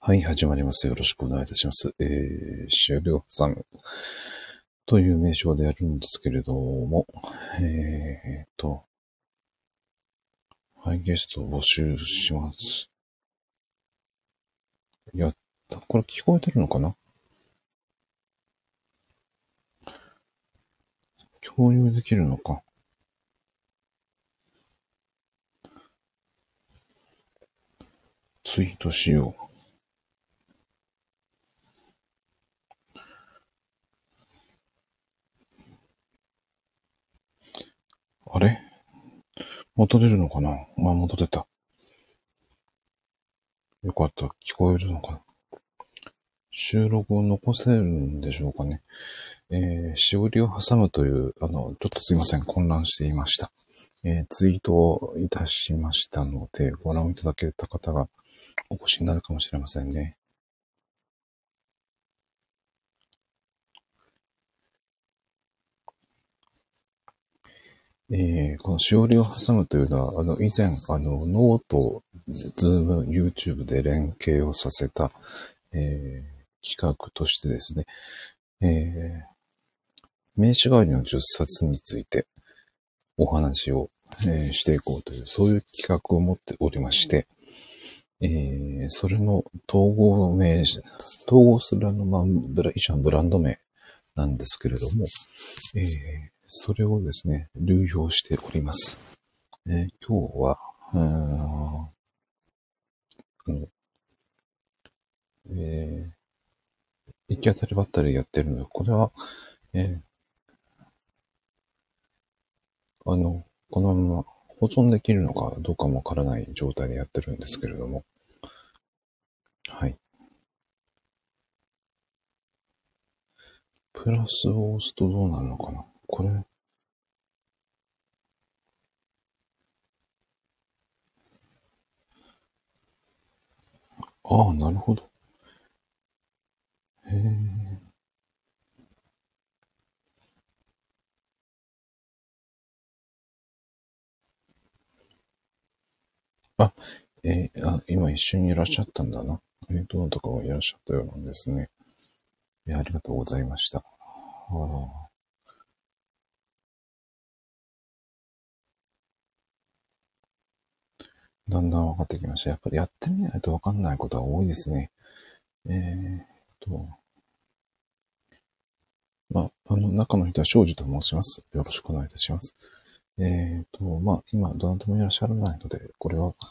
はい、始まります。よろしくお願いいたします。終了さんという名称でやるんですけれども、はい、ゲストを募集します。やった。これ聞こえてるのかな？共有できるのか。ツイートしよう。あれ？戻れるのかな？戻れた。よかった。聞こえるのかな？収録を残せるんでしょうかね。しおりを挟むという、ちょっとすいません。混乱していました。ツイートをいたしましたので、ご覧いただけた方がお越しになるかもしれませんね。このしおりを挟むというのは、以前、ノート、ズーム、YouTube で連携をさせた、企画としてですね、名刺代わりの10冊についてお話を、していこうという、そういう企画を持っておりまして、それの統合する一種のブランド名なんですけれども、それをですね、流用しております。今日は、行き当たりばったりやってるので、これは、えこのまま保存できるのかどうかもわからない状態でやってるんですけれども、はい。プラスを押すとどうなるのかな？これ、ああ、なるほど。へえ。あ、今一緒にいらっしゃったんだな。どなたかがいらっしゃったようなんですね。ありがとうございました。だんだん分かってきました。やっぱりやってみないと分かんないことが多いですね。えーっと、中の人は庄司と申します。よろしくお願いいたします。今、どなたもいらっしゃらないので、これは、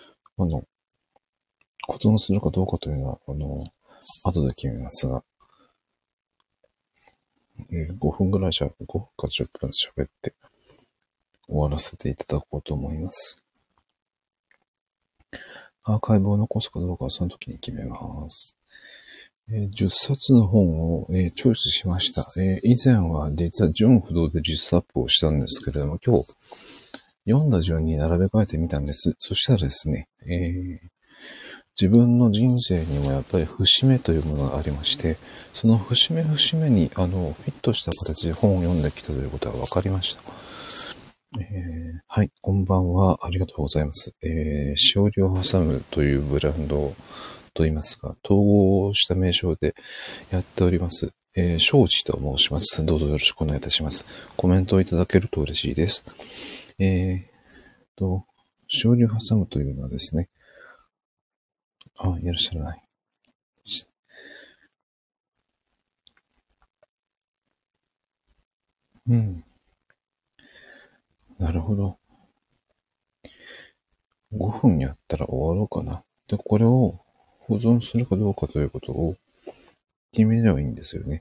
保存するかどうかというのは、後で決めますが、5分ぐらい5分か10分喋って終わらせていただこうと思います。アーカイブを残すかどうかはその時に決めます。10冊の本を、チョイスしました。以前は実は純不動で実アップをしたんですけれども、今日読んだ順に並べ替えてみたんです。そしたらですね、自分の人生にもやっぱり節目というものがありまして、その節目節目にフィットした形で本を読んできたということが分かりました。はい、こんばんは。ありがとうございます。しおりを挟むというブランドと言いますか、統合した名称でやっております。庄司と申します。どうぞよろしくお願いいたします。コメントをいただけると嬉しいです。しおりを挟むというのはですね、いらっしゃらない。うん。なるほど。5分やったら終わろうかな。で、これを保存するかどうかということを決めればいいんですよね。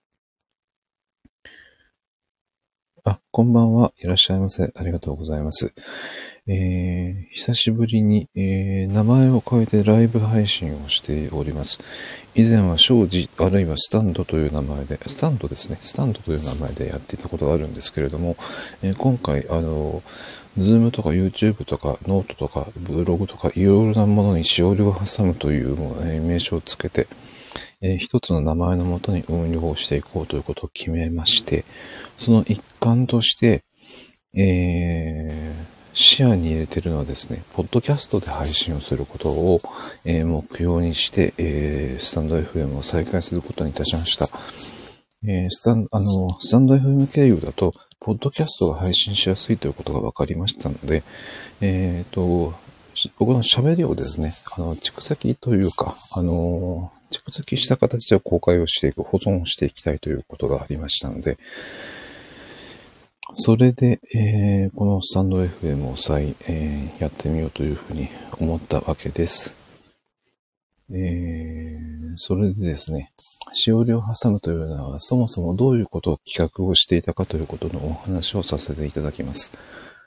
こんばんは。いらっしゃいませ。ありがとうございます。久しぶりに、名前を変えてライブ配信をしております。以前は庄司、あるいはスタンドという名前で、スタンドですね。スタンドという名前でやっていたことがあるんですけれども、今回、ズームとか YouTube とかノートとかブログとかいろいろなものにしおりを挟むという名称をつけて、一つの名前のもとに運用していこうということを決めまして、その一環として、 視野に入れているのはですね、ポッドキャストで配信をすることを、目標にして、スタンド FM を再開することにいたしました。スタンド FM 経由だと、ポッドキャストが配信しやすいということが分かりましたので、僕の喋りをですね、蓄積というか、蓄積した形で公開をしていく、保存をしていきたいということがありましたので、それで、このスタンド FM をやってみようというふうに思ったわけです。それでですね、しおりを挟むというのは、そもそもどういうことを企画をしていたかということのお話をさせていただきます。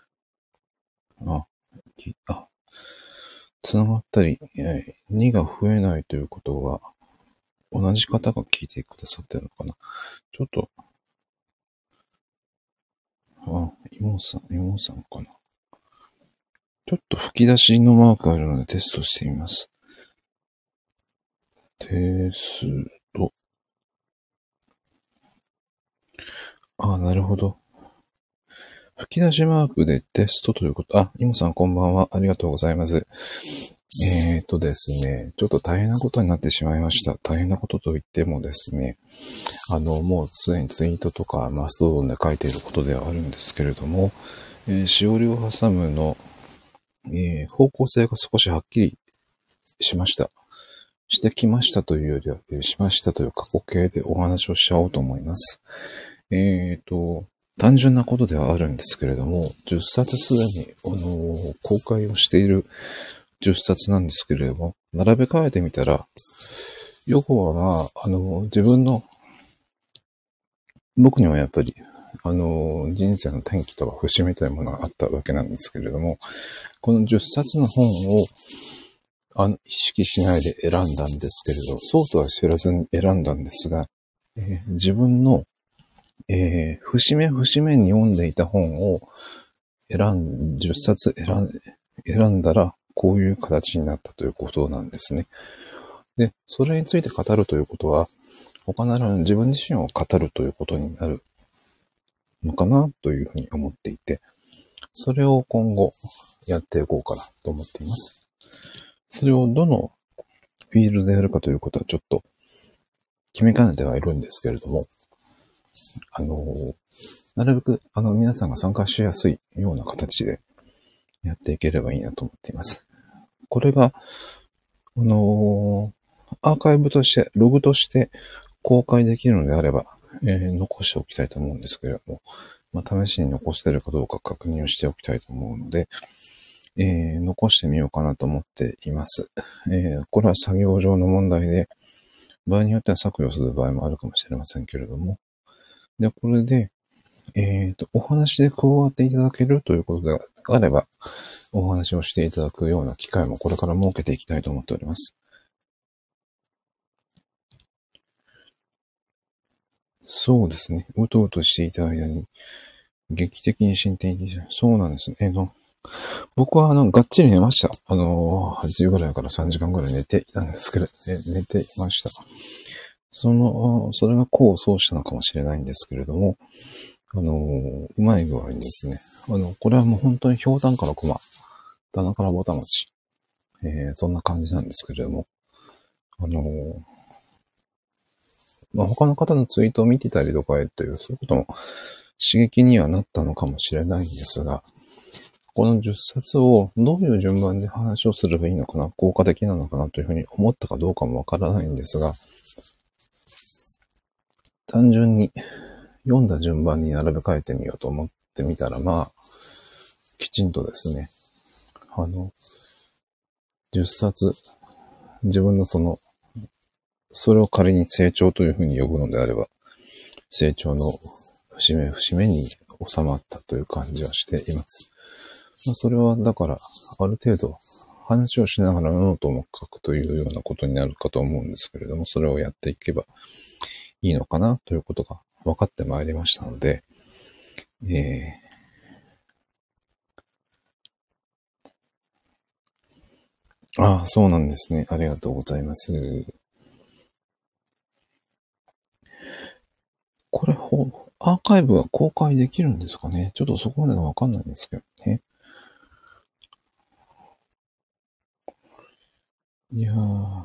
つながったり、2が増えないということは、同じ方が聞いてくださってるのかな。ちょっと、妹さんかな。ちょっと吹き出しのマークがあるのでテストしてみます。テスト。なるほど。吹き出しマークでテストということ。妹さんこんばんは。ありがとうございます。ですね、ちょっと大変なことになってしまいました。大変なことといってもですね、もうすでにツイートとかマストドンで書いていることではあるんですけれども、しおりを挟むの、方向性が少しはっきりしました。してきましたというよりは、しましたという過去形でお話をしちゃおうと思います。単純なことではあるんですけれども、10冊すでに、公開をしている10冊なんですけれども、並べ替えてみたら、要は自分の、僕にはやっぱり、人生の転機とか節目というものがあったわけなんですけれども、この10冊の本を、意識しないで選んだんですけれど、そうとは知らずに選んだんですが、自分の、節目節目に読んでいた本を10冊選んだら、こういう形になったということなんですね。で、それについて語るということは、他ならぬ自分自身を語るということになるのかなというふうに思っていて、それを今後やっていこうかなと思っています。それをどのフィールドでやるかということはちょっと決めかねてはいるんですけれども、なるべく皆さんが参加しやすいような形でやっていければいいなと思っています。これが、アーカイブとして、ログとして公開できるのであれば、残しておきたいと思うんですけれども、試しに残しているかどうか確認をしておきたいと思うので、残してみようかなと思っています。これは作業上の問題で、場合によっては削除する場合もあるかもしれませんけれども、で、これで、お話で加わっていただけるということであれば、お話をしていただくような機会もこれから設けていきたいと思っております。そうですね。うとうとしていた間に、劇的に進展に、そうなんですね。僕はがっちり寝ました。8時ぐらいから3時間ぐらい寝ていたんですけど、寝ていました。それが功を奏したのかもしれないんですけれども、うまい具合にですね、これはもう本当にひょうたんからコマ、棚からぼたもち、そんな感じなんですけれども、他の方のツイートを見てたりとかという、そういうことも刺激にはなったのかもしれないんですが、この10冊をどういう順番で話をすればいいのかな、効果的なのかなというふうに思ったかどうかもわからないんですが、単純に読んだ順番に並べ替えてみようと思ってみたら、きちんとですね、10冊、自分のそれを仮に成長というふうに呼ぶのであれば、成長の節目節目に収まったという感じはしています。それはだから、ある程度話をしながらノートも書くというようなことになるかと思うんですけれども、それをやっていけばいいのかなということが分かってまいりましたので、そうなんですね。ありがとうございます。これ、アーカイブは公開できるんですかね？ちょっとそこまでがわかんないんですけどね。 いやー、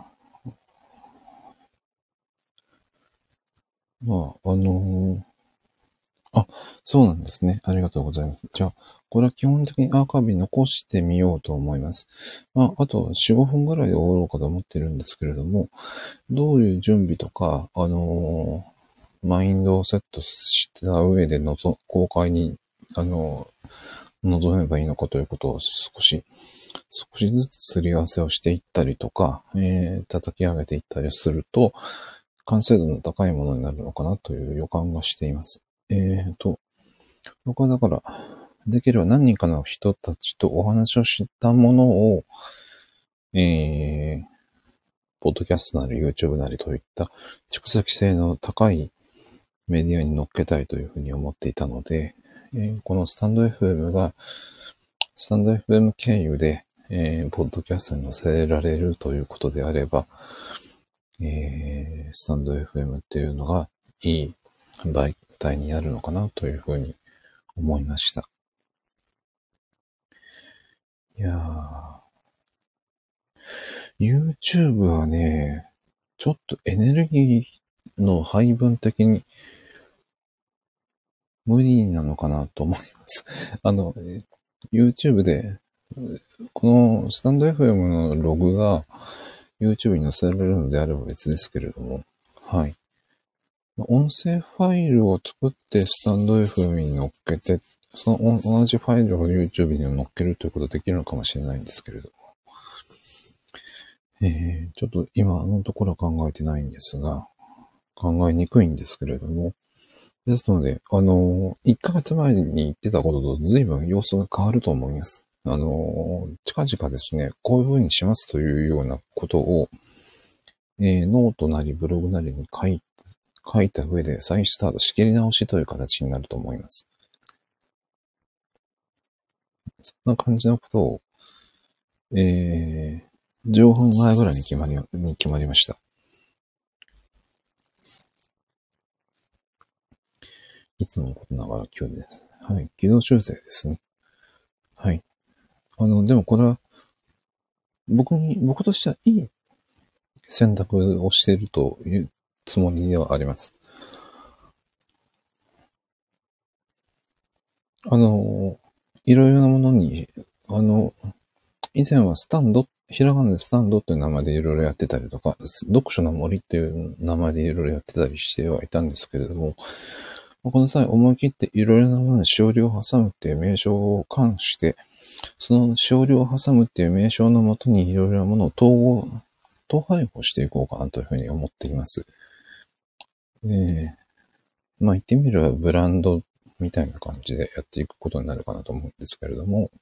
まあ、あ、そうなんですね。ありがとうございます。じゃあ、これは基本的にアーカイブに残してみようと思います。まあ、あと4、5分ぐらいで終わろうかと思ってるんですけれども、どういう準備とか、マインドをセットした上で公開に、臨めばいいのかということを少しずつすり合わせをしていったりとか、叩き上げていったりすると、完成度の高いものになるのかなという予感がしています。僕はだから、できれば何人かの人たちとお話をしたものを、ポッドキャストなり YouTube なりといった蓄積性の高いメディアに乗っけたいというふうに思っていたので、このスタンド FM 経由で、ポッドキャストに載せられるということであれば、スタンド FM っていうのがいい媒体になるのかなというふうに思いました。いやー、YouTube はね、ちょっとエネルギーの配分的に無理なのかなと思います。YouTube で、このスタンド FM のログが YouTube に載せられるのであれば別ですけれども、はい。音声ファイルを作ってスタンド FM に乗っけて、その同じファイルを YouTube に乗っけるということができるのかもしれないんですけれども、ちょっと今のところは考えてないんですが、考えにくいんですけれども、ですので、1ヶ月前に言ってたことと随分様子が変わると思います。近々ですね、こういう風にしますというようなことを、ノートなりブログなりに書いた上で再スタート仕切り直しという形になると思います。そんな感じのことを、15分前ぐらいに決まりました。いつものことながら今日です。はい。軌道修正ですね。はい。でもこれは僕としてはいい選択をしているというつもりではあります。あの、いろいろなものに、以前はひらがなでスタンドっていう名前でいろいろやってたりとか、読書の森っていう名前でいろいろやってたりしてはいたんですけれども、この際思い切っていろいろなものにしおりを挟むっていう名称を冠して、そのしおりを挟むっていう名称のもとにいろいろなものを統廃合していこうかなというふうに思っています。まあ言ってみればブランドみたいな感じでやっていくことになるかなと思うんですけれども、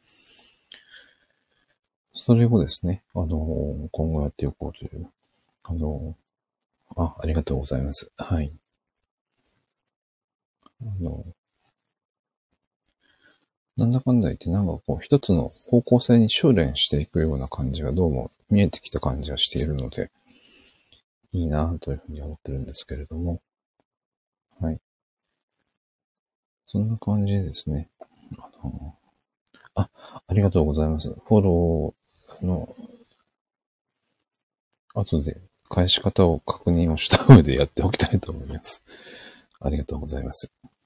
それをですね、今後やっていこうという、あのありがとうございます。はい。あの、なんだかんだ言ってなんかこう一つの方向性に修練していくような感じがどうも見えてきた感じがしているので、いいなというふうに思ってるんですけれども、はい。そんな感じでですね。あの、ありがとうございます。フォローの後で返し方を確認をした上でやっておきたいと思います。ありがとうございます。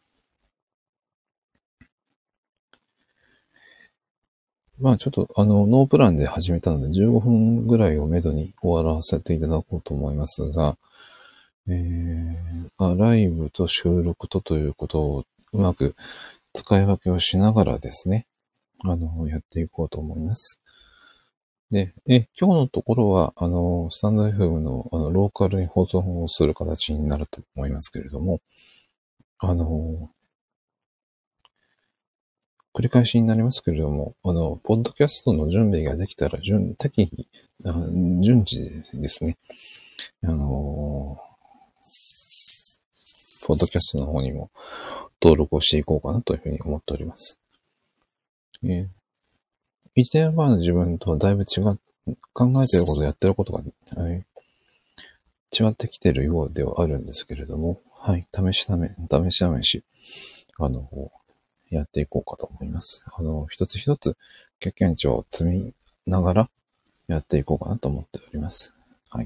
まあちょっとノープランで始めたので15分ぐらいをめどに終わらせていただこうと思いますが、ライブと収録ということをうまく使い分けをしながらですね、やっていこうと思います。で、今日のところは、スタンド FM の、ローカルに保存をする形になると思いますけれども、あの、繰り返しになりますけれども、ポッドキャストの準備ができたら、適宜、順次ですね、ポッドキャストの方にも登録をしていこうかなというふうに思っております。一年前の自分とはだいぶ考えていること、やってることが、違ってきているようではあるんですけれども、はい、試し試し、あの、やっていこうかと思います。一つ一つ経験値を積みながら、 やっていこうかなと思っております。はい。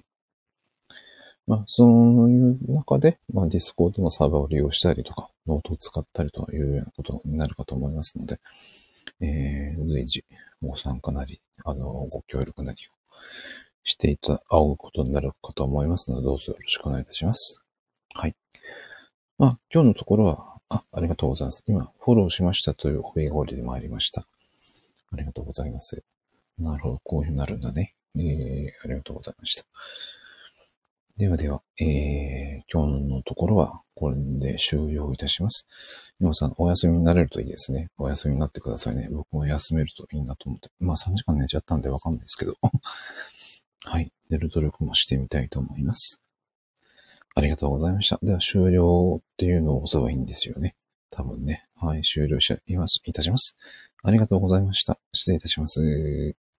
そういう中で、ディスコードのサーバーを利用したりとか、ノートを使ったりというようなことになるかと思いますので、随時ご参加なり、ご協力なりをして会うことになるかと思いますので、どうぞよろしくお願いいたします。はい。今日のところは、ありがとうございます。今、フォローしましたというお声が降りてまいりました。ありがとうございます。なるほど、こういうふうになるんだね。ありがとうございました。ではでは、今日のところはこれで終了いたします。皆さん、お休みになれるといいですね。お休みになってくださいね。僕も休めるといいなと思って。3時間寝ちゃったんでわかんないですけど。はい。寝る努力もしてみたいと思います。ありがとうございました。では、終了っていうのを押せばいいんですよね。多分ね。はい。終了いたします。ありがとうございました。失礼いたします。